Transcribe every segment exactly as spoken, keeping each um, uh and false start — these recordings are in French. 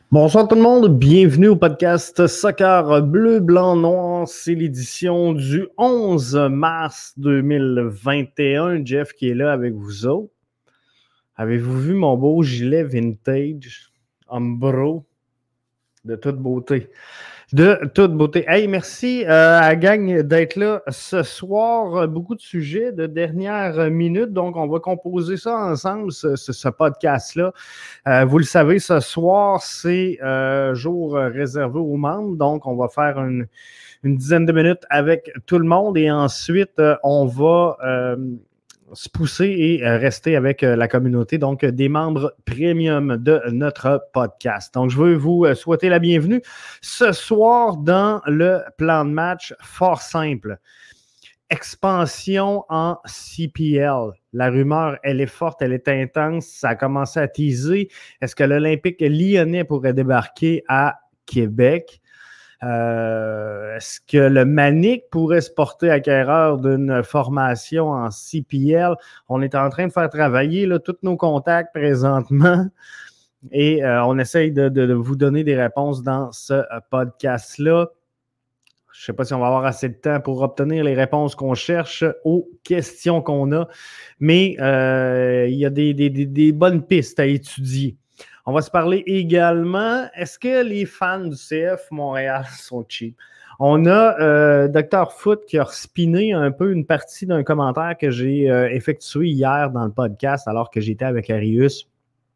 Bonsoir tout le monde, bienvenue au podcast Soccer Bleu, Blanc, Noir. C'est l'édition du onze mars deux mille vingt et un. Jeff qui est là avec vous autres. Avez-vous vu mon beau gilet vintage Umbro de toute beauté? De toute beauté. Hey, merci euh, à la gang d'être là ce soir. Beaucoup de sujets de dernière minute, donc on va composer ça ensemble, ce, ce, ce podcast-là. Euh, vous le savez, ce soir, c'est euh, jour réservé aux membres, donc on va faire une, une dizaine de minutes avec tout le monde et ensuite, euh, on va... Euh, se pousser et rester avec la communauté, donc des membres premium de notre podcast. Donc, je veux vous souhaiter la bienvenue ce soir dans le plan de match fort simple. Expansion en C P L. La rumeur, elle est forte, elle est intense. Ça a commencé à teaser. Est-ce que l'Olympique lyonnais pourrait débarquer à Québec? Euh, est-ce que le Manic pourrait se porter acquéreur d'une formation en C P L? On est en train de faire travailler là, tous nos contacts présentement et euh, on essaye de, de, de vous donner des réponses dans ce euh, podcast-là. Je ne sais pas si on va avoir assez de temps pour obtenir les réponses qu'on cherche aux questions qu'on a, mais euh, il y a des, des, des, des bonnes pistes à étudier. On va se parler également, est-ce que les fans du C F Montréal sont cheap? On a euh, docteur Foot qui a respiné un peu une partie d'un commentaire que j'ai euh, effectué hier dans le podcast alors que j'étais avec Arius,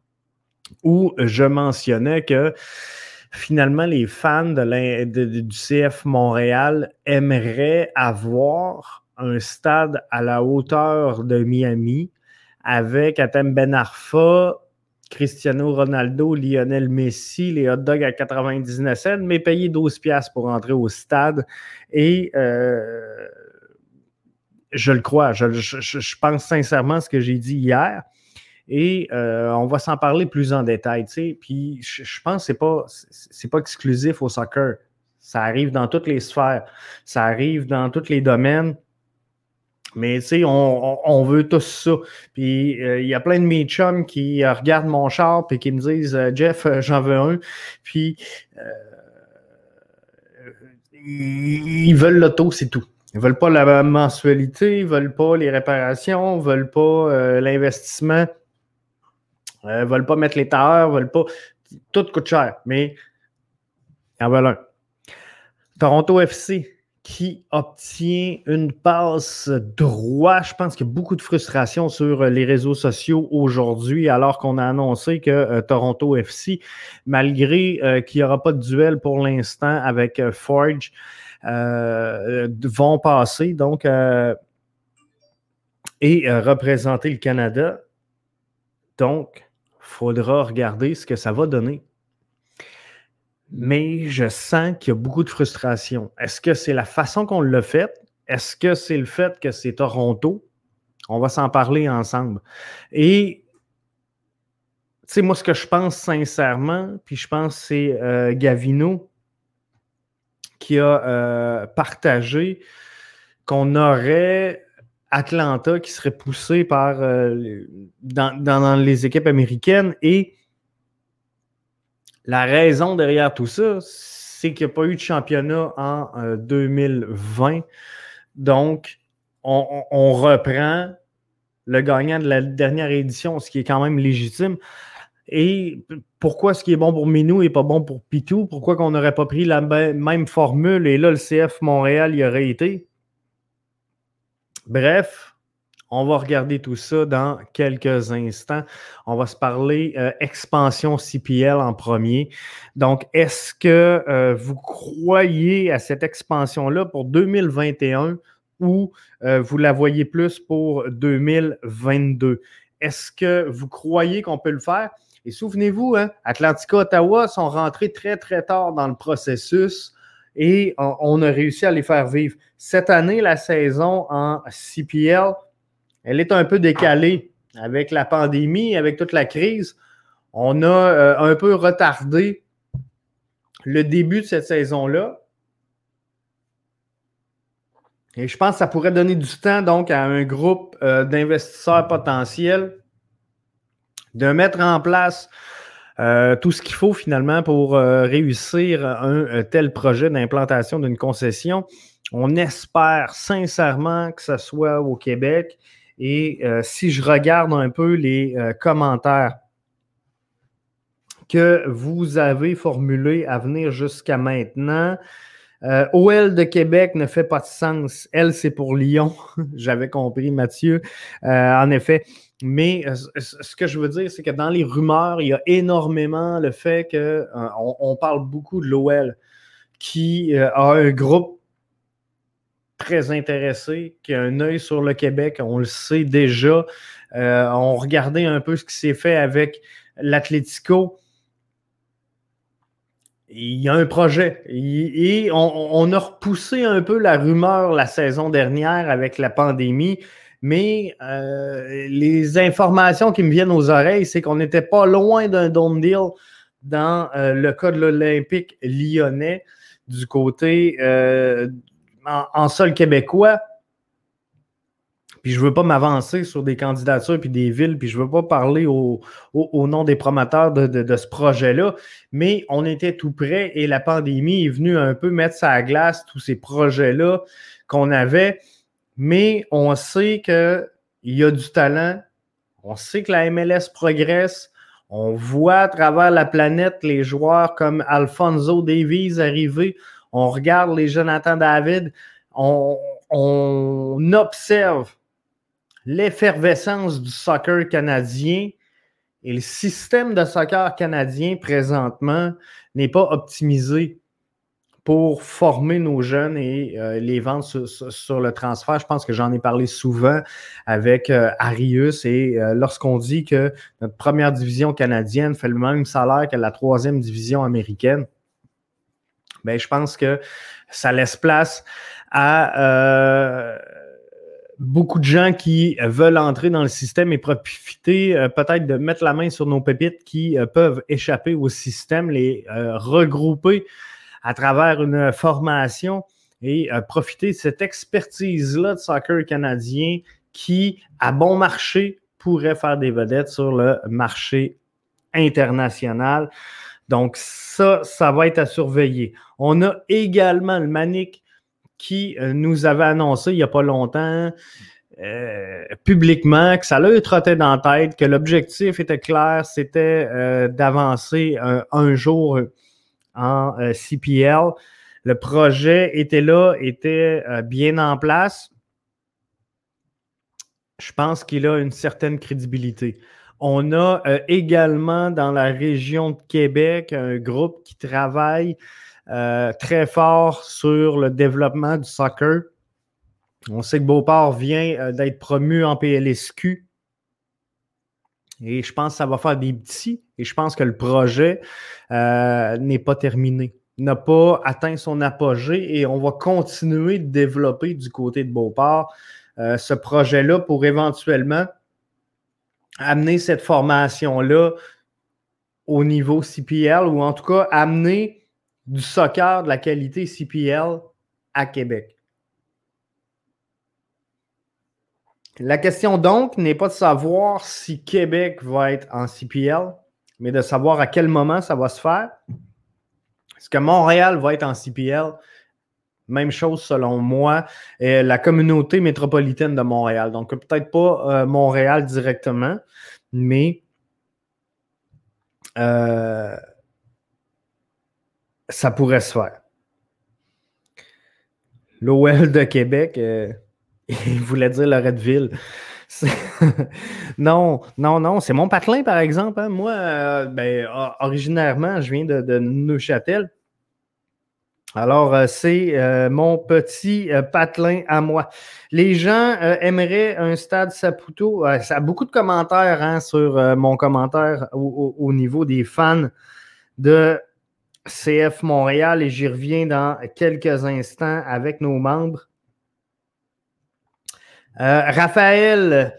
où je mentionnais que finalement les fans de de, de, du C F Montréal aimeraient avoir un stade à la hauteur de Miami avec Hatem Ben Arfa, Cristiano Ronaldo, Lionel Messi, les hot dogs à quatre-vingt-dix-neuf cents, mais payer douze dollars pour entrer au stade. Et euh, je le crois, je, je, je pense sincèrement à ce que j'ai dit hier. Et euh, on va s'en parler plus en détail. Tu sais. Puis je, je pense que ce n'est pas, c'est pas exclusif au soccer. Ça arrive dans toutes les sphères. Ça arrive dans tous les domaines. Mais tu sais, on, on, on veut tous ça. Puis il euh, y a plein de mes chums qui euh, regardent mon char et qui me disent euh, Jeff, euh, j'en veux un. Puis euh, ils, ils veulent l'auto, c'est tout. Ils veulent pas la mensualité, ils veulent pas les réparations, ils veulent pas euh, l'investissement, ils euh, veulent pas mettre les tailleurs, ils veulent pas. Tout coûte cher, mais ils en veulent un. Toronto F C qui obtient une passe droit. Je pense qu'il y a beaucoup de frustration sur les réseaux sociaux aujourd'hui, alors qu'on a annoncé que euh, Toronto F C, malgré euh, qu'il n'y aura pas de duel pour l'instant avec euh, Forge, euh, vont passer donc euh, et euh, représenter le Canada. Donc, il faudra regarder ce que ça va donner. Mais je sens qu'il y a beaucoup de frustration. Est-ce que c'est la façon qu'on l'a fait? Est-ce que c'est le fait que c'est Toronto? On va s'en parler ensemble. Et, tu sais, moi, ce que je pense sincèrement, puis je pense que c'est euh, Gavino qui a euh, partagé qu'on aurait Atlanta qui serait poussé par euh, dans, dans, dans les équipes américaines et la raison derrière tout ça, c'est qu'il n'y a pas eu de championnat en euh, deux mille vingt. Donc, on, on, on reprend le gagnant de la dernière édition, ce qui est quand même légitime. Et pourquoi ce qui est bon pour Minou n'est pas bon pour Pitou? Pourquoi qu'on n'aurait pas pris la même formule et là, le C F Montréal y aurait été? Bref, on va regarder tout ça dans quelques instants. On va se parler euh, expansion C P L en premier. Donc, est-ce que euh, vous croyez à cette expansion-là pour deux mille vingt et un ou euh, vous la voyez plus pour deux mille vingt-deux? Est-ce que vous croyez qu'on peut le faire? Et souvenez-vous, hein, Atlantica Ottawa sont rentrés très, très tard dans le processus et on, on a réussi à les faire vivre. Cette année, la saison en C P L, elle est un peu décalée avec la pandémie, avec toute la crise. On a euh, un peu retardé le début de cette saison-là. Et je pense que ça pourrait donner du temps donc à un groupe euh, d'investisseurs potentiels de mettre en place Euh, tout ce qu'il faut finalement pour euh, réussir un, un tel projet d'implantation d'une concession. On espère sincèrement que ce soit au Québec. Et euh, si je regarde un peu les euh, commentaires que vous avez formulés à venir jusqu'à maintenant, euh, O L de Québec ne fait pas de sens. Elle, c'est pour Lyon. J'avais compris, Mathieu. Euh, en effet. Mais euh, ce que je veux dire, c'est que dans les rumeurs, il y a énormément le fait qu'on euh, on parle beaucoup de l'O L qui euh, a un groupe très intéressé, qui a un œil sur le Québec. On le sait déjà. Euh, on regardait un peu ce qui s'est fait avec l'Atlético. Il y a un projet. Et on, on a repoussé un peu la rumeur la saison dernière avec la pandémie. Mais euh, les informations qui me viennent aux oreilles, c'est qu'on n'était pas loin d'un done deal dans euh, le cas de l'Olympique lyonnais du côté euh, en, en sol québécois. Puis je ne veux pas m'avancer sur des candidatures puis des villes, puis je ne veux pas parler au, au, au nom des promoteurs de, de, de ce projet-là, mais on était tout près et la pandémie est venue un peu mettre ça à glace tous ces projets-là qu'on avait. Mais on sait qu'il y a du talent, on sait que la M L S progresse, on voit à travers la planète les joueurs comme Alphonso Davies arriver, on regarde les Jonathan David, on, on observe l'effervescence du soccer canadien et le système de soccer canadien présentement n'est pas optimisé pour former nos jeunes et euh, les vendre sur, sur, sur le transfert. Je pense que j'en ai parlé souvent avec euh, Arius et euh, lorsqu'on dit que notre première division canadienne fait le même salaire que la troisième division américaine, ben, je pense que ça laisse place à euh, beaucoup de gens qui veulent entrer dans le système et profiter euh, peut-être de mettre la main sur nos pépites qui euh, peuvent échapper au système, les euh, regrouper à travers une formation et euh, profiter de cette expertise-là de soccer canadien qui, à bon marché, pourrait faire des vedettes sur le marché international. Donc ça, ça va être à surveiller. On a également le Manic qui euh, nous avait annoncé il n'y a pas longtemps euh, publiquement que ça lui trottait dans la tête, que l'objectif était clair, c'était euh, d'avancer un, un jour en euh, C P L. Le projet était là, était euh, bien en place. Je pense qu'il a une certaine crédibilité. On a euh, également dans la région de Québec un groupe qui travaille euh, très fort sur le développement du soccer. On sait que Beauport vient euh, d'être promu en P L S Q. Et je pense que ça va faire des petits. Et je pense que le projet euh, n'est pas terminé, n'a pas atteint son apogée. Et on va continuer de développer du côté de Beauport euh, ce projet-là pour éventuellement amener cette formation-là au niveau C P L ou en tout cas amener du soccer de la qualité C P L à Québec. La question donc n'est pas de savoir si Québec va être en C P L, mais de savoir à quel moment ça va se faire. Est-ce que Montréal va être en C P L? Même chose selon moi, et la communauté métropolitaine de Montréal. Donc peut-être pas euh, Montréal directement, mais euh, ça pourrait se faire. L'O L de Québec... Euh, il voulait dire Loretteville. non, non, non. C'est mon patelin, par exemple. Hein. Moi, euh, ben, originairement, je viens de, de Neuchâtel. Alors, euh, c'est euh, mon petit euh, patelin à moi. Les gens euh, aimeraient un stade Saputo. Euh, ça a beaucoup de commentaires hein, sur euh, mon commentaire au, au, au niveau des fans de C F Montréal et j'y reviens dans quelques instants avec nos membres. Euh, Raphaël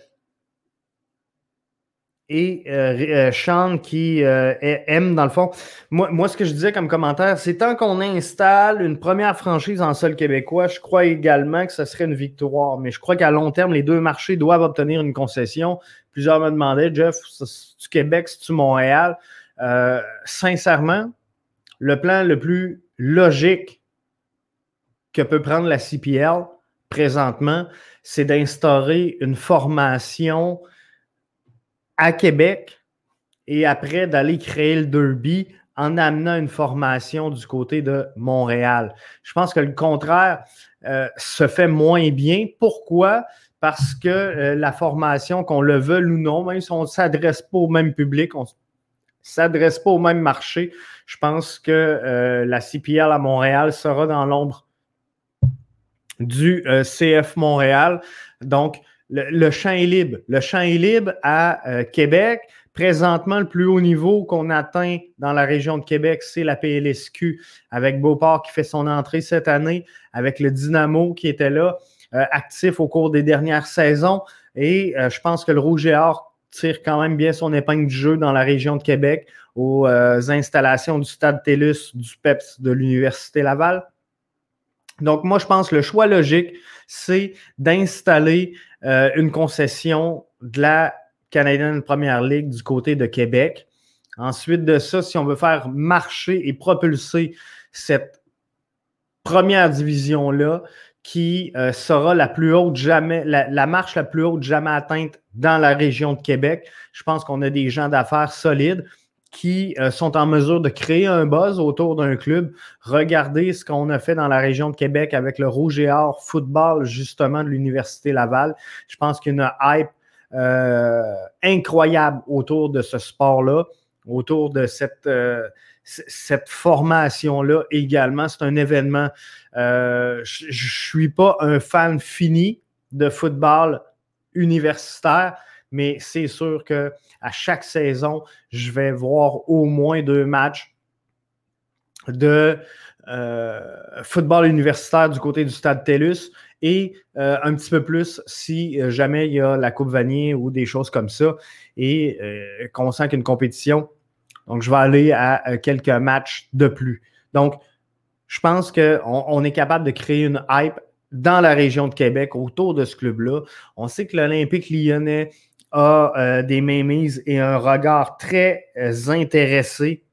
et euh, Sean qui euh, aiment, dans le fond, moi, moi, ce que je disais comme commentaire, c'est tant qu'on installe une première franchise en sol québécois, je crois également que ce serait une victoire. Mais je crois qu'à long terme, les deux marchés doivent obtenir une concession. Plusieurs me demandaient, Jeff, c'est-tu Québec, c'est-tu Montréal? Euh, sincèrement, le plan le plus logique que peut prendre la C P L présentement, c'est d'instaurer une formation à Québec et après d'aller créer le derby en amenant une formation du côté de Montréal. Je pense que le contraire euh, se fait moins bien. Pourquoi? Parce que euh, la formation, qu'on le veuille ou non, même si on ne s'adresse pas au même public, on ne s'adresse pas au même marché, je pense que euh, la C P L à Montréal sera dans l'ombre du euh, C F Montréal. Donc, le, le champ est libre. Le champ est libre à euh, Québec. Présentement, le plus haut niveau qu'on atteint dans la région de Québec, c'est la P L S Q, avec Beauport qui fait son entrée cette année, avec le Dynamo qui était là, euh, actif au cours des dernières saisons. Et euh, je pense que le Rouge et Or tire quand même bien son épingle du jeu dans la région de Québec, aux euh, installations du Stade TELUS, du P E P S de l'Université Laval. Donc, moi, je pense que le choix logique, c'est d'installer euh, une concession de la Canadian Premier League du côté de Québec. Ensuite de ça, si on veut faire marcher et propulser cette première division-là, qui euh, sera la plus haute jamais, la, la marche la plus haute jamais atteinte dans la région de Québec, je pense qu'on a des gens d'affaires solides qui euh, sont en mesure de créer un buzz autour d'un club. Regardez ce qu'on a fait dans la région de Québec avec le Rouge et Or football, justement, de l'Université Laval. Je pense qu'il y a une hype euh, incroyable autour de ce sport-là, autour de cette, euh, cette formation-là également. C'est un événement. Euh, je ne suis pas un fan fini de football universitaire, mais c'est sûr qu'à chaque saison, je vais voir au moins deux matchs de euh, football universitaire du côté du Stade TELUS et euh, un petit peu plus si jamais il y a la Coupe Vanier ou des choses comme ça et euh, qu'on sent qu'il y a une compétition. Donc, je vais aller à, à quelques matchs de plus. Donc, je pense qu'on on est capable de créer une hype dans la région de Québec autour de ce club-là. On sait que l'Olympique lyonnais a euh, des mainmises et un regard très euh, intéressé.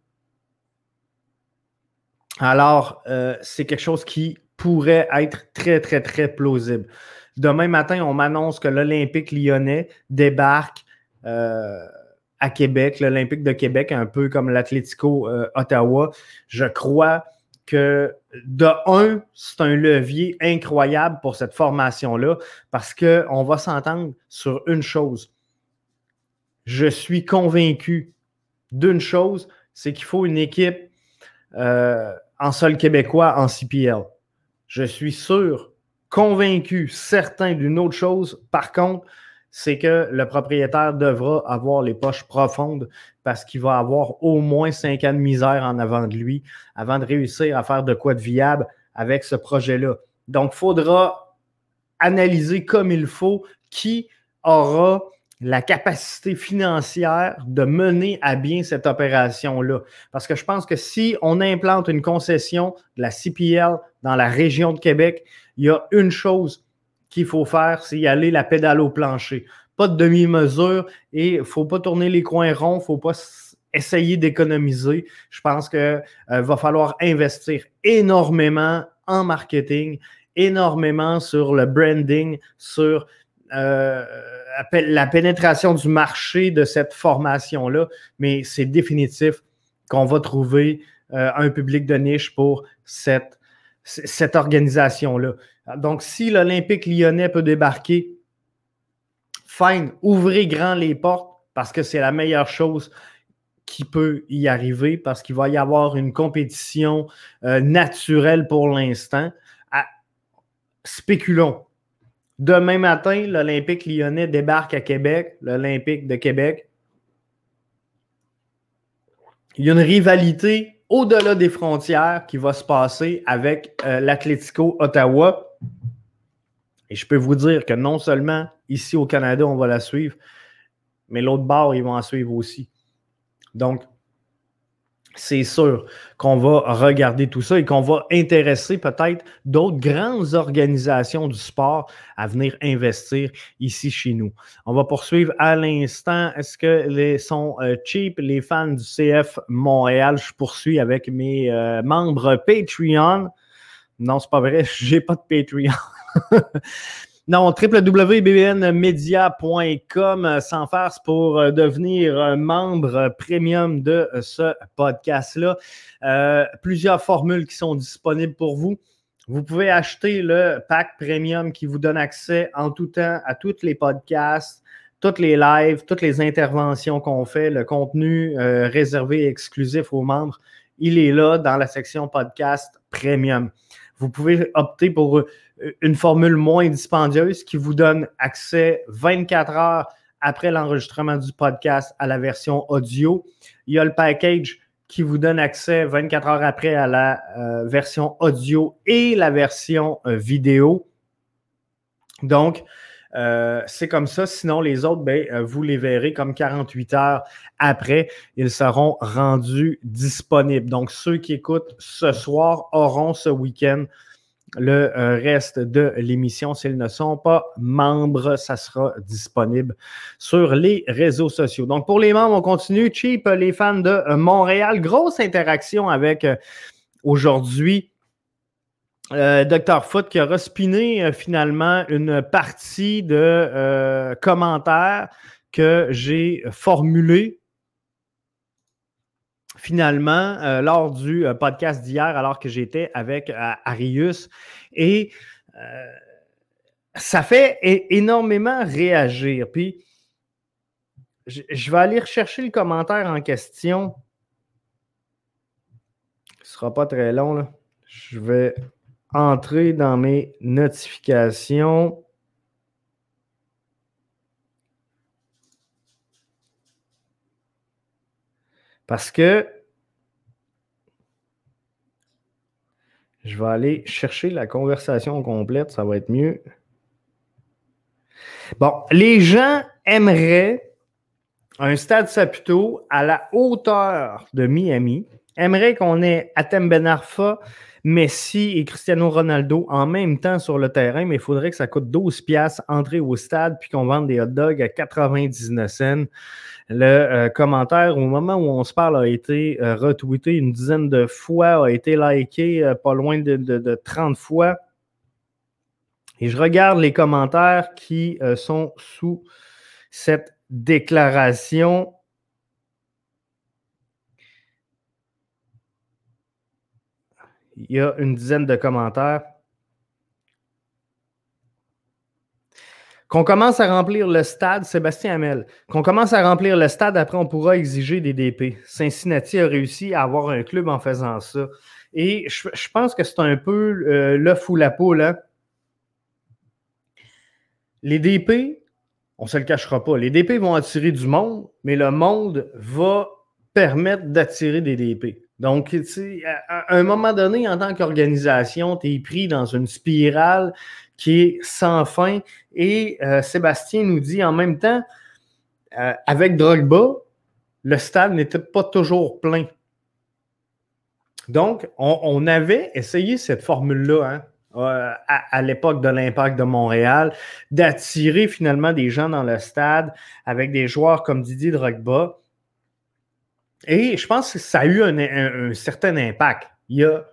Alors, euh, c'est quelque chose qui pourrait être très, très, très plausible. Demain matin, on m'annonce que l'Olympique lyonnais débarque euh, à Québec, l'Olympique de Québec, un peu comme l'Atlético euh, Ottawa. Je crois que, de un, c'est un levier incroyable pour cette formation-là parce qu'on va s'entendre sur une chose. Je suis convaincu d'une chose, c'est qu'il faut une équipe euh, en sol québécois en C P L. Je suis sûr, convaincu, certain d'une autre chose. Par contre, c'est que le propriétaire devra avoir les poches profondes parce qu'il va avoir au moins cinq ans de misère en avant de lui avant de réussir à faire de quoi de viable avec ce projet-là. Donc, il faudra analyser comme il faut qui aura la capacité financière de mener à bien cette opération-là. Parce que je pense que si on implante une concession de la C P L dans la région de Québec, il y a une chose qu'il faut faire, c'est y aller la pédale au plancher. Pas de demi-mesure et il ne faut pas tourner les coins ronds, il ne faut pas essayer d'économiser. Je pense qu'il euh, va falloir investir énormément en marketing, énormément sur le branding, sur euh, la pénétration du marché de cette formation-là, mais c'est définitif qu'on va trouver euh, un public de niche pour cette, cette organisation-là. Donc, si l'Olympique lyonnais peut débarquer, fine, ouvrez grand les portes parce que c'est la meilleure chose qui peut y arriver parce qu'il va y avoir une compétition euh, naturelle pour l'instant. À, spéculons. Demain matin, l'Olympique lyonnais débarque à Québec, l'Olympique de Québec. Il y a une rivalité au-delà des frontières qui va se passer avec euh, l'Atlético Ottawa. Et je peux vous dire que non seulement ici au Canada, on va la suivre, mais l'autre bord, ils vont en suivre aussi. Donc, c'est sûr qu'on va regarder tout ça et qu'on va intéresser peut-être d'autres grandes organisations du sport à venir investir ici chez nous. On va poursuivre à l'instant. Est-ce que les sont euh, cheap, les fans du C F Montréal? Je poursuis avec mes euh, membres Patreon. Non, c'est pas vrai, j'ai pas de Patreon. Non, w w w point b b n media point com, sans farce, pour devenir membre premium de ce podcast-là. Euh, plusieurs formules qui sont disponibles pour vous. Vous pouvez acheter le pack premium qui vous donne accès en tout temps à tous les podcasts, toutes les lives, toutes les interventions qu'on fait, le contenu euh, réservé et exclusif aux membres. Il est là dans la section podcast premium. Vous pouvez opter pour une formule moins dispendieuse qui vous donne accès vingt-quatre heures après l'enregistrement du podcast à la version audio. Il y a le package qui vous donne accès vingt-quatre heures après à la euh, version audio et la version euh, vidéo. Donc, euh, c'est comme ça. Sinon, les autres, ben, euh, vous les verrez comme quarante-huit heures après. Ils seront rendus disponibles. Donc, ceux qui écoutent ce soir auront ce week-end le euh, reste de l'émission. S'ils ne sont pas membres, ça sera disponible sur les réseaux sociaux. Donc, pour les membres, on continue. Cheap, les fans de euh, Montréal. Grosse interaction avec euh, aujourd'hui euh, docteur Foot qui a respiné euh, finalement une partie de euh, commentaires que j'ai formulés finalement, euh, lors du euh, podcast d'hier, alors que j'étais avec euh, Arius. Et euh, ça fait é- énormément réagir. Puis, je, je vais aller rechercher le commentaire en question. Ce ne sera pas très long, là. Je vais entrer dans mes notifications. Parce que je vais aller chercher la conversation complète, ça va être mieux. Bon, les gens aimeraient un stade Saputo à la hauteur de Miami, aimeraient qu'on ait Hatem Ben Arfa, Messi et Cristiano Ronaldo en même temps sur le terrain, mais il faudrait que ça coûte douze piastres entrer au stade puis qu'on vende des hot dogs à quatre-vingt-dix-neuf cents. Le euh, commentaire, au moment où on se parle, a été euh, retweeté une dizaine de fois, a été liké euh, pas loin de, de, de trente fois. Et je regarde les commentaires qui euh, sont sous cette déclaration. Il y a une dizaine de commentaires. Qu'on commence à remplir le stade, Sébastien Hamel, qu'on commence à remplir le stade, après on pourra exiger des D P. Cincinnati a réussi à avoir un club en faisant ça. Et je, je pense que c'est un peu euh, l'œuf ou la poule. Hein? Les D P, on ne se le cachera pas, les D P vont attirer du monde, mais le monde va permettre d'attirer des D P. Donc, à un moment donné, en tant qu'organisation, tu es pris dans une spirale qui est sans fin. Et euh, Sébastien nous dit en même temps, euh, avec Drogba, le stade n'était pas toujours plein. Donc, on, on avait essayé cette formule-là, hein, euh, à, à l'époque de l'Impact de Montréal, d'attirer finalement des gens dans le stade avec des joueurs comme Didier Drogba. Et je pense que ça a eu un, un, un certain impact. Il y a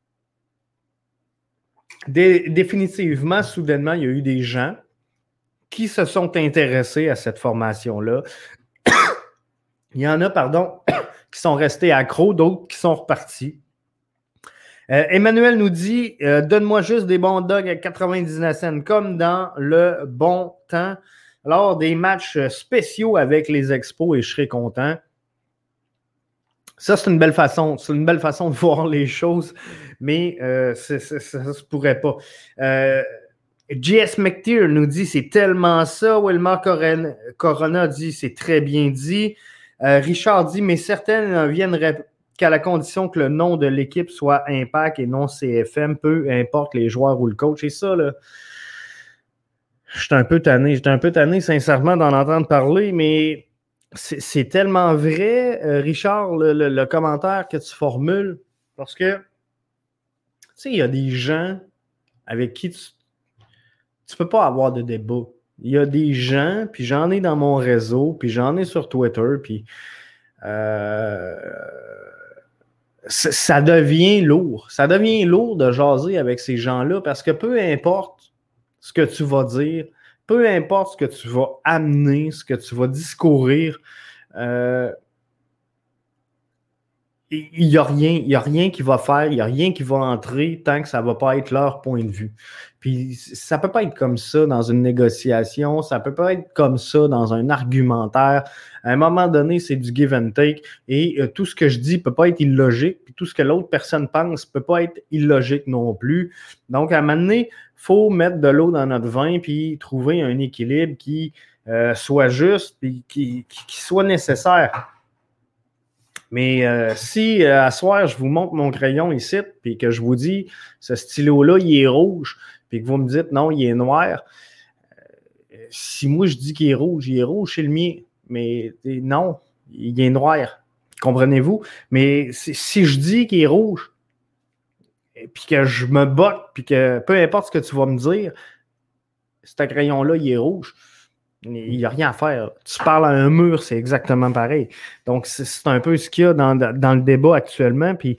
dé, définitivement, soudainement, il y a eu des gens qui se sont intéressés à cette formation-là. Il y en a, pardon, qui sont restés accros, d'autres qui sont repartis. Euh, Emmanuel nous dit euh, « Donne-moi juste des bons dogs à quatre-vingt-dix-neuf cents, comme dans le bon temps. Alors, des matchs spéciaux avec les expos et je serai content. » Ça, c'est une belle façon. C'est une belle façon de voir les choses, mais euh, c'est, c'est, ça ne se pourrait pas. Euh, J S McTeer nous dit c'est tellement ça. Wilmar Corona, Corona dit c'est très bien dit. Euh, Richard dit mais certaines ne viennent qu'à la condition que le nom de l'équipe soit Impact et non C F M, peu importe les joueurs ou le coach. Et ça, là, je suis un peu tanné. J'étais un peu tanné, sincèrement, d'en entendre parler, mais c'est, c'est tellement vrai, euh, Richard, le, le, le commentaire que tu formules, parce que, tu sais, il y a des gens avec qui tu ne peux pas avoir de débat. Il y a des gens, puis j'en ai dans mon réseau, puis j'en ai sur Twitter, puis euh, ça devient lourd. Ça devient lourd de jaser avec ces gens-là parce que peu importe ce que tu vas dire, peu importe ce que tu vas amener, ce que tu vas discourir, euh, il n'y a rien, il y a rien qui va faire, il n'y a rien qui va entrer tant que ça ne va pas être leur point de vue. Puis ça ne peut pas être comme ça dans une négociation, ça ne peut pas être comme ça dans un argumentaire. À un moment donné, c'est du give and take et euh, tout ce que je dis ne peut pas être illogique, puis tout ce que l'autre personne pense ne peut pas être illogique non plus. Donc, à un moment donné, il faut mettre de l'eau dans notre vin puis trouver un équilibre qui euh, soit juste puis qui, qui, qui soit nécessaire. Mais euh, si euh, à soir, je vous montre mon crayon ici, puis que je vous dis, ce stylo-là, il est rouge, puis que vous me dites, non, il est noir, euh, si moi, je dis qu'il est rouge, il est rouge, c'est le mien. Mais non, il est noir. Comprenez-vous? Mais si, si je dis qu'il est rouge, puis que je me botte, puis que peu importe ce que tu vas me dire, ce crayon-là, il est rouge. Il n'y a rien à faire. Tu parles à un mur, c'est exactement pareil. Donc, c'est, c'est un peu ce qu'il y a dans, dans le débat actuellement. Puis,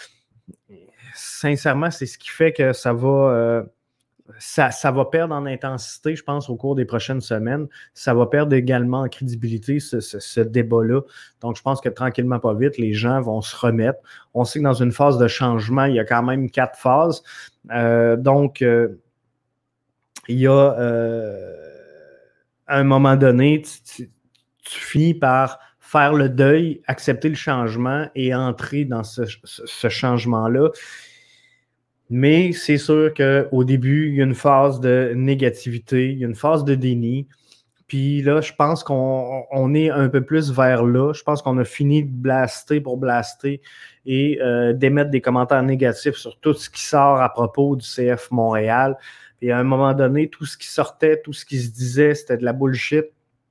sincèrement, c'est ce qui fait que ça va, euh, ça, ça va perdre en intensité, je pense, au cours des prochaines semaines. Ça va perdre également en crédibilité, ce, ce, ce débat-là. Donc, je pense que tranquillement, pas vite, les gens vont se remettre. On sait que dans une phase de changement, il y a quand même quatre phases. Euh, donc, euh, il y a... Euh, à un moment donné, tu, tu, tu finis par faire le deuil, accepter le changement et entrer dans ce, ce, ce changement-là. Mais c'est sûr qu'au début, il y a une phase de négativité, il y a une phase de déni. Puis là, je pense qu'on on est un peu plus vers là. Je pense qu'on a fini de blaster pour blaster et euh, d'émettre des commentaires négatifs sur tout ce qui sort à propos du C F Montréal. Et à un moment donné, tout ce qui sortait, tout ce qui se disait, c'était de la bullshit.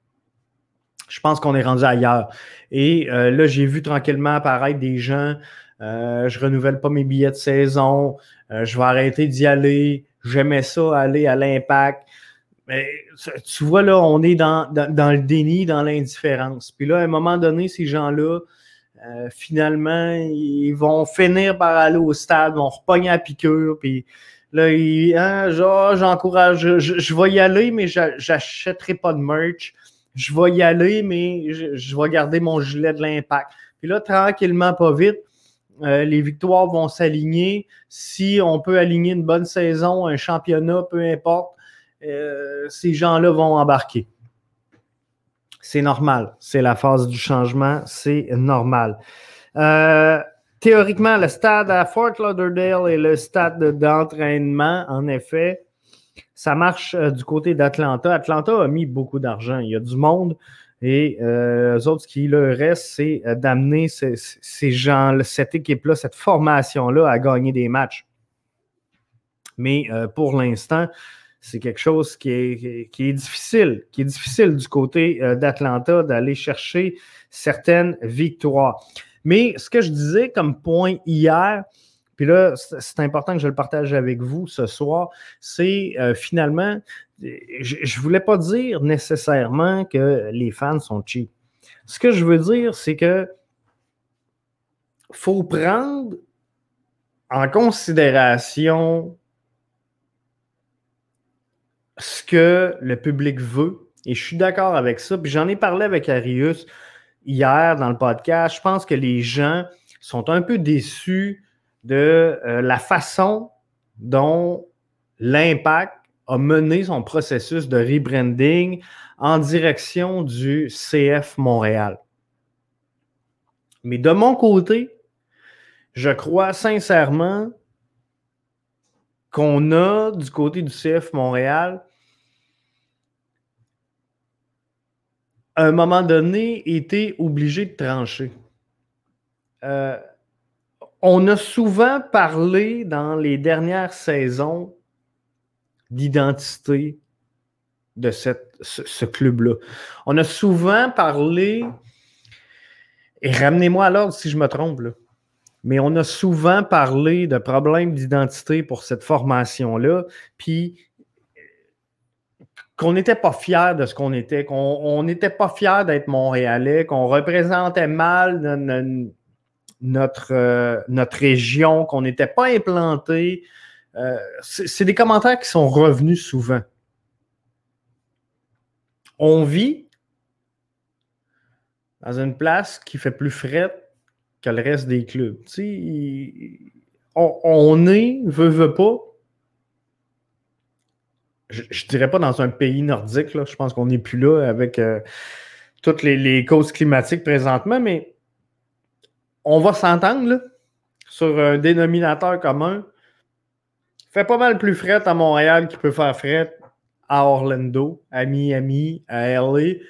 Je pense qu'on est rendu ailleurs. Et euh, là, j'ai vu tranquillement apparaître des gens. Euh, je renouvelle pas mes billets de saison. Euh, je vais arrêter d'y aller. J'aimais ça, aller à l'Impact. Mais tu vois, là, on est dans, dans, dans le déni, dans l'indifférence. Puis là, à un moment donné, ces gens-là, euh, finalement, ils vont finir par aller au stade, vont repogner à piqûre, puis là, ils, hein, genre, j'encourage, je, je, je vais y aller, mais j'achèterai pas de merch. Je vais y aller, mais je, je vais garder mon gilet de l'Impact. Puis là, tranquillement, pas vite, euh, les victoires vont s'aligner. Si on peut aligner une bonne saison, un championnat, peu importe, euh, ces gens-là vont embarquer. C'est normal. C'est la phase du changement. C'est normal. Euh, théoriquement, le stade à Fort Lauderdale est le stade d'entraînement, en effet. Ça marche euh, du côté d'Atlanta. Atlanta a mis beaucoup d'argent. Il y a du monde. Et euh, eux autres, ce qui leur reste, c'est euh, d'amener ces, ces gens, cette équipe-là, cette formation-là à gagner des matchs. Mais euh, pour l'instant, c'est quelque chose qui est, qui est difficile, qui est difficile du côté euh, d'Atlanta d'aller chercher certaines victoires. Mais ce que je disais comme point hier, puis là, c'est important que je le partage avec vous ce soir, c'est euh, finalement, je ne voulais pas dire nécessairement que les fans sont cheap. Ce que je veux dire, c'est que faut prendre en considération ce que le public veut. Et je suis d'accord avec ça. Puis j'en ai parlé avec Arius hier dans le podcast. Je pense que les gens sont un peu déçus de euh, la façon dont l'Impact a mené son processus de rebranding en direction du C F Montréal. Mais de mon côté, je crois sincèrement qu'on a du côté du C F Montréal à un moment donné, été obligé de trancher. Euh, on a souvent parlé dans les dernières saisons d'identité, de cette, ce, ce club-là. On a souvent parlé, et ramenez-moi à l'ordre si je me trompe, là, mais on a souvent parlé de problèmes d'identité pour cette formation-là, puis qu'on n'était pas fiers de ce qu'on était, qu'on n'était pas fiers d'être Montréalais, qu'on représentait mal notre, notre, euh, notre région, qu'on n'était pas implanté. Euh, c'est, c'est des commentaires qui sont revenus souvent. On vit dans une place qui fait plus fret que le reste des clubs. Tu sais, on, on est, veut, veut pas, je, je dirais pas dans un pays nordique, là, je pense qu'on n'est plus là avec euh, toutes les, les causes climatiques présentement, mais on va s'entendre là, sur un dénominateur commun. Il fait pas mal plus fret à Montréal qu'il peut faire fret à Orlando, à Miami, à L A.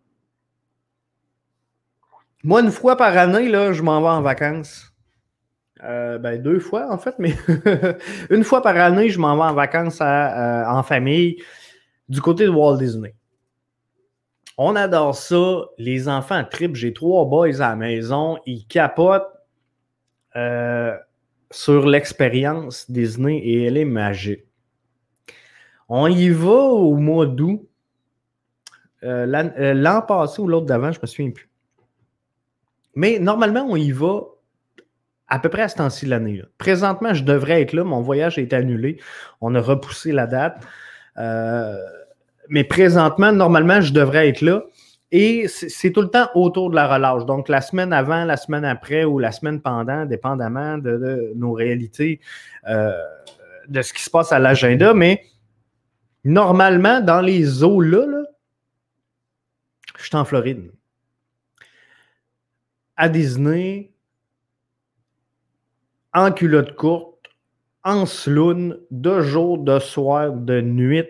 Moi, une fois par année, là, je m'en vais en vacances. Euh, ben, deux fois, en fait, mais une fois par année, je m'en vais en vacances à, euh, en famille du côté de Walt Disney. On adore ça. Les enfants trippent. J'ai trois boys à la maison. Ils capotent euh, sur l'expérience Disney et elle est magique. On y va au mois d'août. Euh, l'an, euh, l'an passé ou l'autre d'avant, je ne me souviens plus. Mais normalement, on y va à peu près à ce temps-ci de l'année. Là. Présentement, je devrais être là. Mon voyage a été annulé. On a repoussé la date. Euh, mais présentement, normalement, je devrais être là. Et c'est, c'est tout le temps autour de la relâche. Donc, la semaine avant, la semaine après ou la semaine pendant, dépendamment de, de nos réalités, euh, de ce qui se passe à l'agenda. Mais normalement, dans les eaux-là, là, je suis en Floride. À Disney, en culotte courte, en sloune, de jour, de soir, de nuit.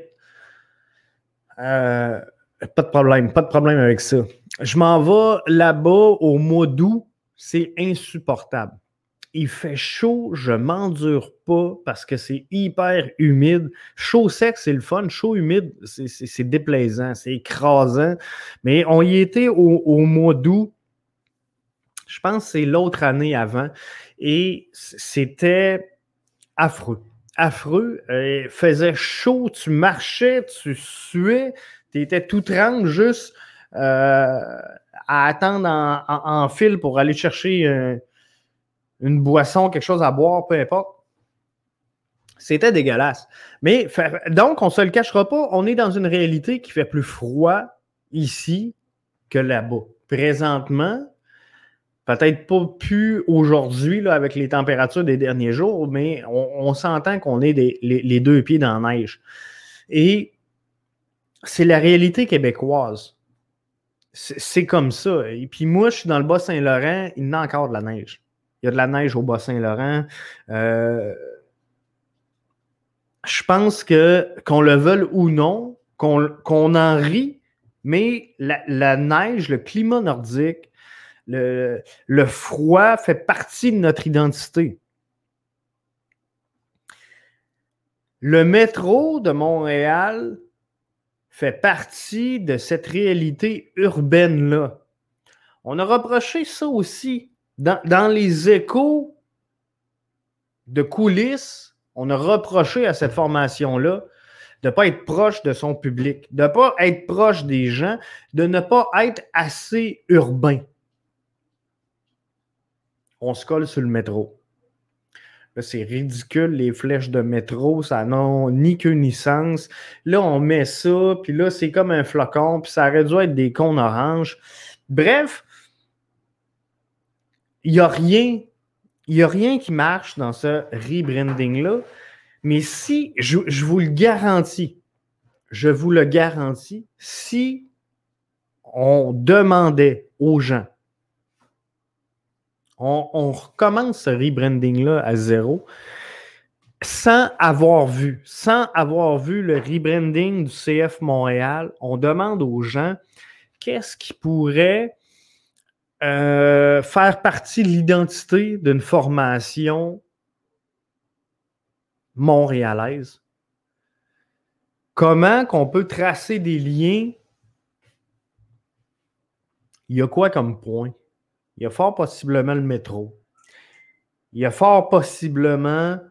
Euh, pas de problème, pas de problème avec ça. Je m'en vais là-bas au mois d'août, c'est insupportable. Il fait chaud, je m'endure pas parce que c'est hyper humide. Chaud sec, c'est le fun. Chaud humide, c'est, c'est, c'est déplaisant, c'est écrasant. Mais on y était au, au mois d'août. Je pense que c'est l'autre année avant. Et c'était affreux. Affreux. Il faisait chaud, tu marchais, tu suais, tu étais tout trempe juste euh, à attendre en, en, en file pour aller chercher euh, une boisson, quelque chose à boire, peu importe. C'était dégueulasse. Mais donc, on ne se le cachera pas, on est dans une réalité qui fait plus froid ici que là-bas. Présentement, peut-être pas plus aujourd'hui là, avec les températures des derniers jours, mais on, on s'entend qu'on est des, les, les deux pieds dans la neige. Et c'est la réalité québécoise. C'est, c'est comme ça. Et puis moi, je suis dans le Bas-Saint-Laurent, il y a encore de la neige. Il y a de la neige au Bas-Saint-Laurent. Euh, je pense que, qu'on le veuille ou non, qu'on, qu'on en rit, mais la, la neige, le climat nordique, Le, le froid fait partie de notre identité. Le métro de Montréal fait partie de cette réalité urbaine-là. On a reproché ça aussi. Dans, dans les échos de coulisses, on a reproché à cette formation-là de ne pas être proche de son public, de ne pas être proche des gens, de ne pas être assez urbain. On se colle sur le métro. Là, c'est ridicule, les flèches de métro, ça n'a ni queue ni sens. Là, on met ça, puis là, c'est comme un flocon, puis ça aurait dû être des cônes oranges. Bref, il n'y a rien, il n'y a rien qui marche dans ce rebranding-là. Mais si, je, je vous le garantis, je vous le garantis, si on demandait aux gens, On, on recommence ce rebranding-là à zéro sans avoir vu, sans avoir vu le rebranding du C F Montréal. On demande aux gens qu'est-ce qui pourrait euh, faire partie de l'identité d'une formation montréalaise comment qu'on peut tracer des liens? Il y a quoi comme point? Il y a fort possiblement le métro. Il y a fort possiblement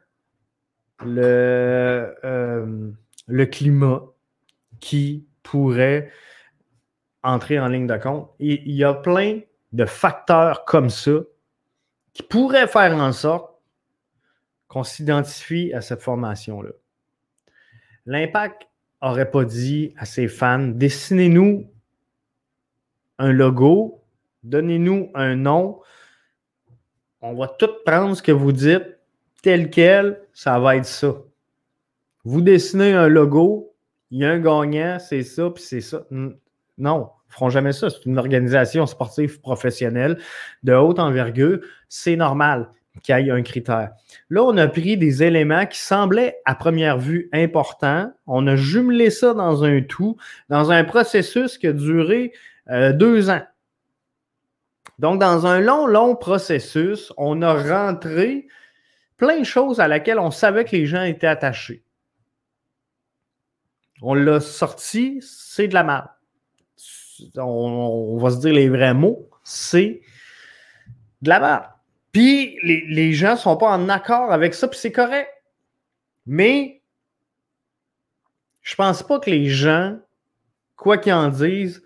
le, euh, le climat qui pourrait entrer en ligne de compte. Et il y a plein de facteurs comme ça qui pourraient faire en sorte qu'on s'identifie à cette formation-là. L'Impact n'aurait pas dit à ses fans, dessinez-nous un logo, donnez-nous un nom, on va tout prendre ce que vous dites, tel quel, ça va être ça. Vous dessinez un logo, il y a un gagnant, c'est ça, puis c'est ça. Non, ils ne feront jamais ça. C'est une organisation sportive professionnelle de haute envergure. C'est normal qu'il y ait un critère. Là, on a pris des éléments qui semblaient à première vue importants. On a jumelé ça dans un tout, dans un processus qui a duré euh, deux ans. Donc, dans un long, long processus, on a rentré plein de choses à laquelle on savait que les gens étaient attachés. On l'a sorti, c'est de la merde. On, on va se dire les vrais mots, c'est de la merde. Puis les, les gens ne sont pas en accord avec ça, puis c'est correct. Mais je ne pense pas que les gens, quoi qu'ils en disent,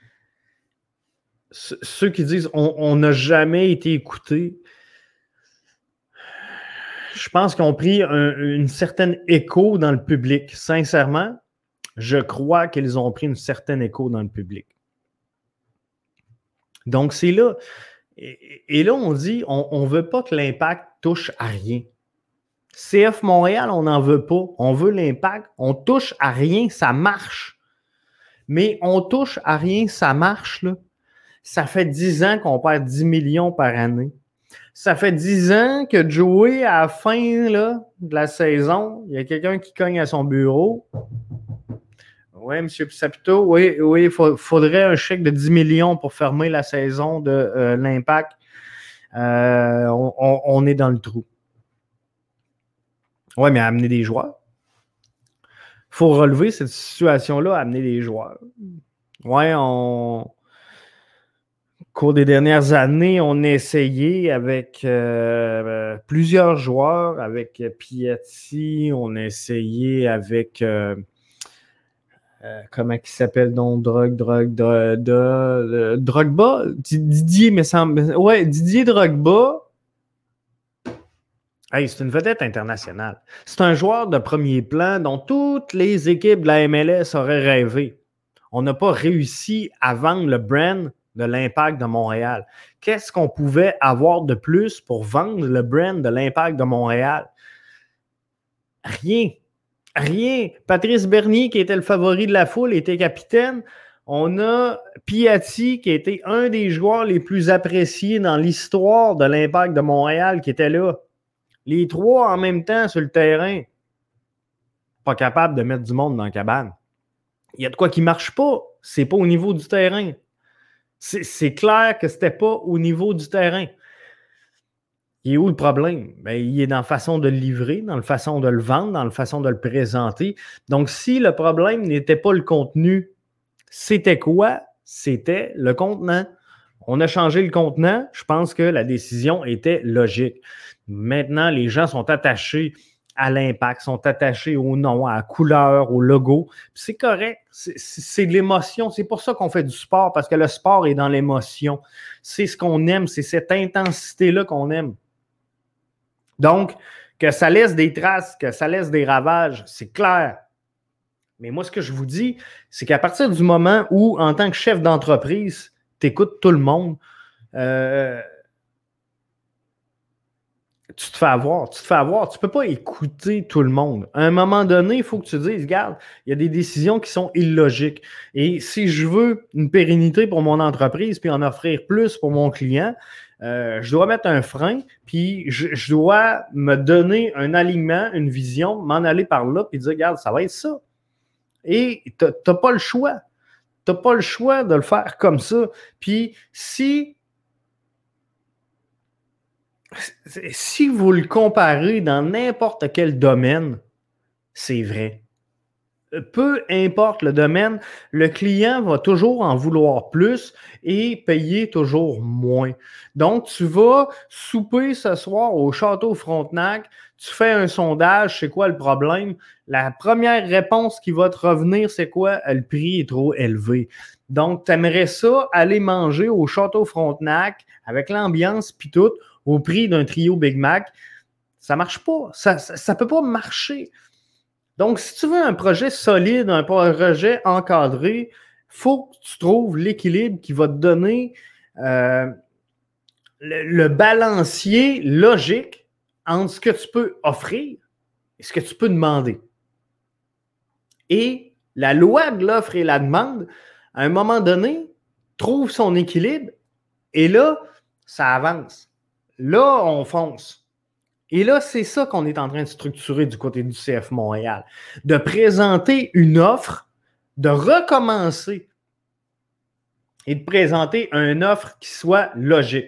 ceux qui disent on n'a jamais été écoutés, je pense qu'ils ont pris un, une certaine écho dans le public. Sincèrement, je crois qu'ils ont pris une certaine écho dans le public. Donc, c'est là. Et, et là, on dit, on ne veut pas que l'Impact touche à rien. C F Montréal, on n'en veut pas. On veut l'Impact. On touche à rien, ça marche. Mais on touche à rien, ça marche, là. Ça fait dix ans qu'on perd dix millions par année. Ça fait dix ans que Joey, à la fin là, de la saison, il y a quelqu'un qui cogne à son bureau. Oui, M. Sapito, oui, oui, il faudrait un chèque de dix millions pour fermer la saison de euh, l'Impact. Euh, on, on, on est dans le trou. Oui, mais amener des joueurs. Il faut relever cette situation-là, amener des joueurs. Oui, on... Au cours des dernières années, on a essayé avec euh, plusieurs joueurs, avec Piatti, on a essayé avec... Euh, Euh, comment il s'appelle donc? Drog, Drog, Drog, Drog, Drogba? Didier, me semble. Ouais, Didier Drogba. Hey, c'est une vedette internationale. C'est un joueur de premier plan dont toutes les équipes de la M L S auraient rêvé. On n'a pas réussi à vendre le brand de l'Impact de Montréal. Qu'est-ce qu'on pouvait avoir de plus pour vendre le brand de l'Impact de Montréal? Rien. Rien. Patrice Bernier, qui était le favori de la foule, était capitaine. On a Piatti, qui était un des joueurs les plus appréciés dans l'histoire de l'Impact de Montréal, qui était là. Les trois en même temps sur le terrain. Pas capable de mettre du monde dans la cabane. Il y a de quoi qui ne marche pas. C'est pas au niveau du terrain. C'est, c'est clair que c'était pas au niveau du terrain. Il est où le problème? Bien, il est dans la façon de le livrer, dans la façon de le vendre, dans la façon de le présenter. Donc, si le problème n'était pas le contenu, c'était quoi? C'était le contenant. On a changé le contenant. Je pense que la décision était logique. Maintenant, les gens sont attachés à l'impact, sont attachés au nom, à la couleur, au logo. Puis c'est correct. C'est, c'est de l'émotion. C'est pour ça qu'on fait du sport, parce que le sport est dans l'émotion. C'est ce qu'on aime. C'est cette intensité-là qu'on aime. Donc, que ça laisse des traces, que ça laisse des ravages, c'est clair. Mais moi, ce que je vous dis, c'est qu'à partir du moment où, en tant que chef d'entreprise, tu écoutes tout le monde, euh, tu te fais avoir, tu te fais avoir. Tu ne peux pas écouter tout le monde. À un moment donné, il faut que tu dises, regarde, il y a des décisions qui sont illogiques. Et si je veux une pérennité pour mon entreprise puis en offrir plus pour mon client, Euh, je dois mettre un frein, puis je, je dois me donner un alignement, une vision, m'en aller par là, puis dire, regarde, ça va être ça. Et tu n'as pas le choix. Tu n'as pas le choix de le faire comme ça. Puis si, si vous le comparez dans n'importe quel domaine, c'est vrai. peu importe le domaine, le client va toujours en vouloir plus et payer toujours moins. Donc, tu vas souper ce soir au Château Frontenac, tu fais un sondage, c'est quoi le problème? La première réponse qui va te revenir, c'est quoi? Le prix est trop élevé. Donc, tu aimerais ça aller manger au Château Frontenac avec l'ambiance puis tout, au prix d'un trio Big Mac. Ça ne marche pas. Ça ne peut pas marcher. Donc, si tu veux un projet solide, un projet encadré, il faut que tu trouves l'équilibre qui va te donner euh, le, le balancier logique entre ce que tu peux offrir et ce que tu peux demander. Et la loi de l'offre et la demande, à un moment donné, trouve son équilibre et là, ça avance. Là, on fonce. Et là, c'est ça qu'on est en train de structurer du côté du C F Montréal. De présenter une offre, de recommencer et de présenter une offre qui soit logique.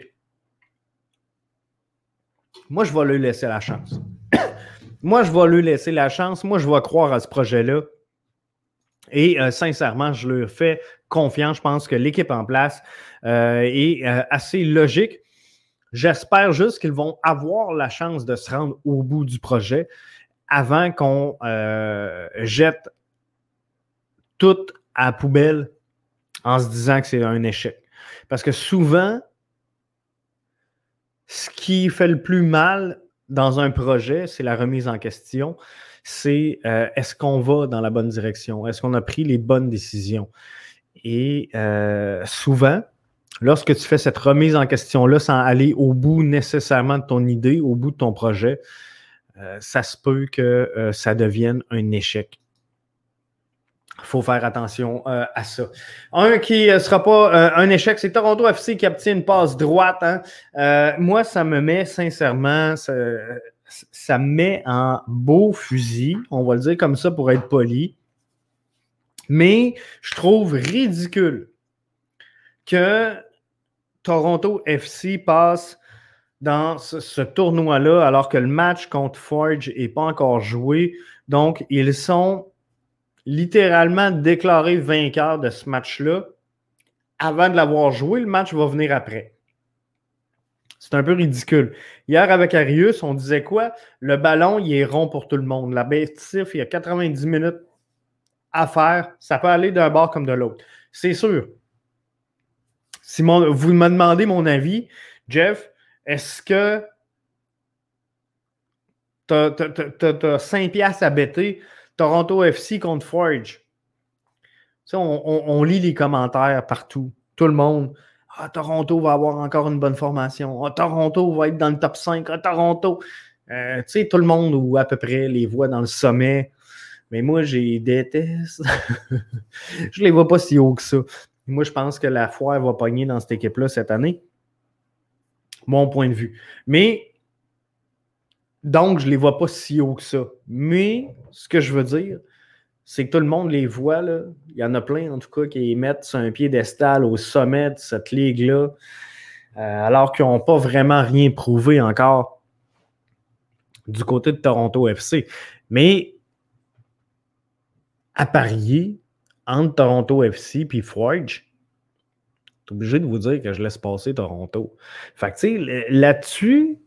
Moi, je vais lui laisser la chance. Moi, je vais lui laisser la chance. Moi, je vais croire à ce projet-là. Et euh, sincèrement, je leur fais confiance. Je pense que l'équipe en place euh, est euh, assez logique. J'espère juste qu'ils vont avoir la chance de se rendre au bout du projet avant qu'on euh, jette tout à la poubelle en se disant que c'est un échec. Parce que souvent, ce qui fait le plus mal dans un projet, c'est la remise en question. C'est euh, est-ce qu'on va dans la bonne direction? Est-ce qu'on a pris les bonnes décisions? Et euh, souvent, lorsque tu fais cette remise en question-là sans aller au bout nécessairement de ton idée, au bout de ton projet, euh, ça se peut que euh, ça devienne un échec. Il faut faire attention euh, à ça. Un qui ne sera pas euh, un échec, c'est Toronto F C qui obtient une passe droite. Hein. Euh, moi, ça me met sincèrement, ça, ça me met en beau fusil, on va le dire comme ça pour être poli. Mais je trouve ridicule que Toronto F C passe dans ce, ce tournoi-là alors que le match contre Forge n'est pas encore joué. Donc, ils sont littéralement déclarés vainqueurs de ce match-là. Avant de l'avoir joué, le match va venir après. C'est un peu ridicule. Hier, avec Arius, on disait quoi? Le ballon, il est rond pour tout le monde. La bêtise, il y a quatre-vingt-dix minutes à faire. Ça peut aller d'un bord comme de l'autre. C'est sûr. Si mon, vous me demandez mon avis, Jeff, est-ce que tu as cinq piastres à bêter Toronto F C contre Forge? On, on, on lit les commentaires partout. Tout le monde. Ah, Toronto va avoir encore une bonne formation. Ah, Toronto va être dans le top cinq. Ah, Toronto. Euh, tu sais, tout le monde, ou à peu près, les voit dans le sommet. Mais moi, j'ai déteste. Je les vois pas si haut que ça. Moi, je pense que la foire va pogner dans cette équipe-là cette année. Mon point de vue. Mais, donc, je les vois pas si haut que ça. Mais, ce que je veux dire, c'est que tout le monde les voit, là. Il y en a plein, en tout cas, qui les mettent sur un piédestal au sommet de cette ligue-là, euh, alors qu'ils n'ont pas vraiment rien prouvé encore du côté de Toronto F C. Mais à parier entre Toronto F C et Forge, je suis obligé de vous dire que je laisse passer Toronto. Fait que, tu sais, là-dessus,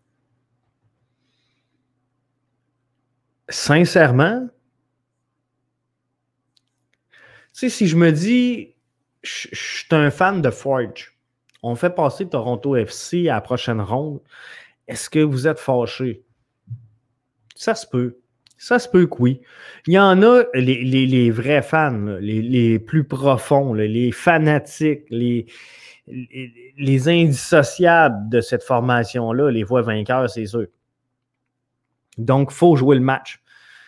sincèrement, tu sais, si je me dis, je, je suis un fan de Forge, on fait passer Toronto F C à la prochaine ronde, est-ce que vous êtes fâché? Ça se peut. Ça se peut que oui. Il y en a, les, les, les vrais fans, les, les plus profonds, les fanatiques, les, les, les indissociables de cette formation-là, les voient vainqueurs, c'est sûr. Donc, il faut jouer le match.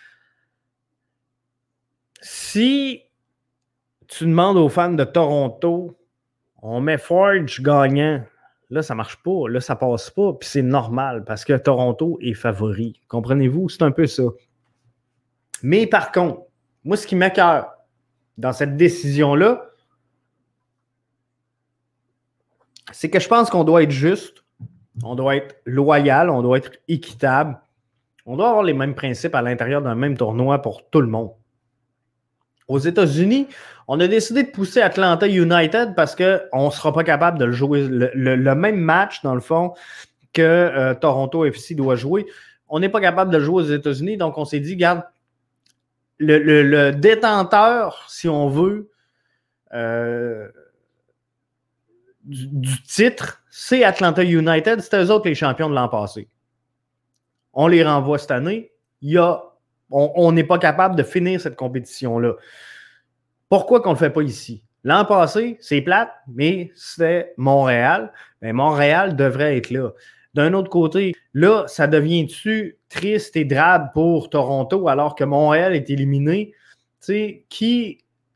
Si tu demandes aux fans de Toronto, on met Forge gagnant, là, ça ne marche pas, là, ça ne passe pas, puis c'est normal, parce que Toronto est favori. Comprenez-vous? C'est un peu ça. Mais par contre, moi, ce qui m'écoeure dans cette décision-là, c'est que je pense qu'on doit être juste, on doit être loyal, on doit être équitable, on doit avoir les mêmes principes à l'intérieur d'un même tournoi pour tout le monde. aux États-Unis, on a décidé de pousser Atlanta United parce qu'on ne sera pas capable de le jouer. Le, le, le même match, dans le fond, que euh, Toronto F C doit jouer. On n'est pas capable de le jouer aux États-Unis, donc on s'est dit, regarde, le, le, le détenteur, si on veut, euh, du, du titre, c'est Atlanta United. C'était eux autres les champions de l'an passé. On les renvoie cette année. Il y a, on n'est pas capable de finir cette compétition-là. Pourquoi qu'on ne le fait pas ici? L'an passé, c'est plate, mais c'était Montréal. Mais Montréal devrait être là. D'un autre côté, là, ça devient-tu triste et drabe pour Toronto alors que Montréal est éliminé? Tu sais, qui...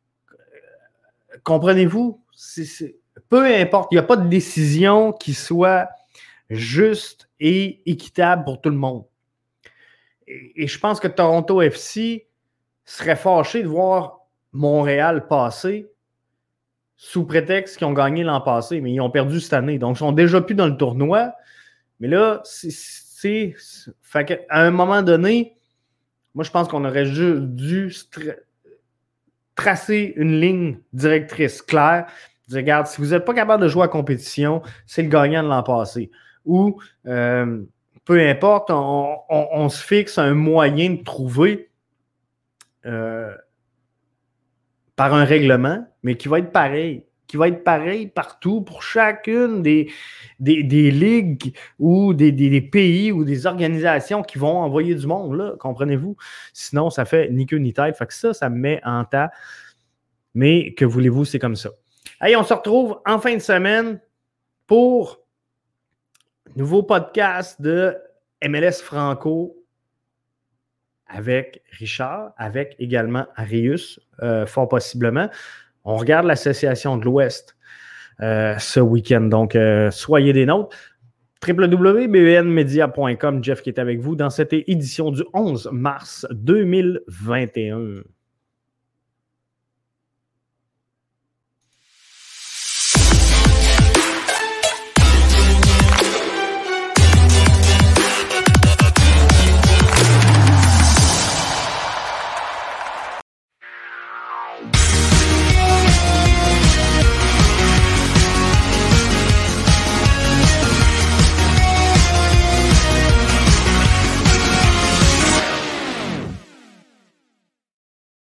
Comprenez-vous? C'est, c'est... Peu importe, il n'y a pas de décision qui soit juste et équitable pour tout le monde. Et, et je pense que Toronto F C serait fâché de voir Montréal passer sous prétexte qu'ils ont gagné l'an passé, mais ils ont perdu cette année. Donc, ils sont déjà plus dans le tournoi. Mais là, c'est, c'est, c'est fait qu'à un moment donné, moi, je pense qu'on aurait juste dû tra- tracer une ligne directrice claire. Dire, regarde, si vous n'êtes pas capable de jouer à la compétition, c'est le gagnant de l'an passé. Ou, euh, peu importe, on, on, on se fixe un moyen de trouver euh, par un règlement, mais qui va être pareil. Qui va être pareil partout pour chacune des, des, des ligues ou des, des, des pays ou des organisations qui vont envoyer du monde, là, comprenez-vous? Sinon, ça fait ni queue ni tête. Fait que ça, ça me met en tas. Mais que voulez-vous, c'est comme ça. Hey, on se retrouve en fin de semaine pour un nouveau podcast de M L S Franco avec Richard, avec également Arius, euh, fort possiblement. On regarde l'Association de l'Ouest euh, ce week-end. Donc, euh, soyez des nôtres. w w w point b e n media point com, Jeff qui est avec vous dans cette édition du onze mars deux mille vingt et un.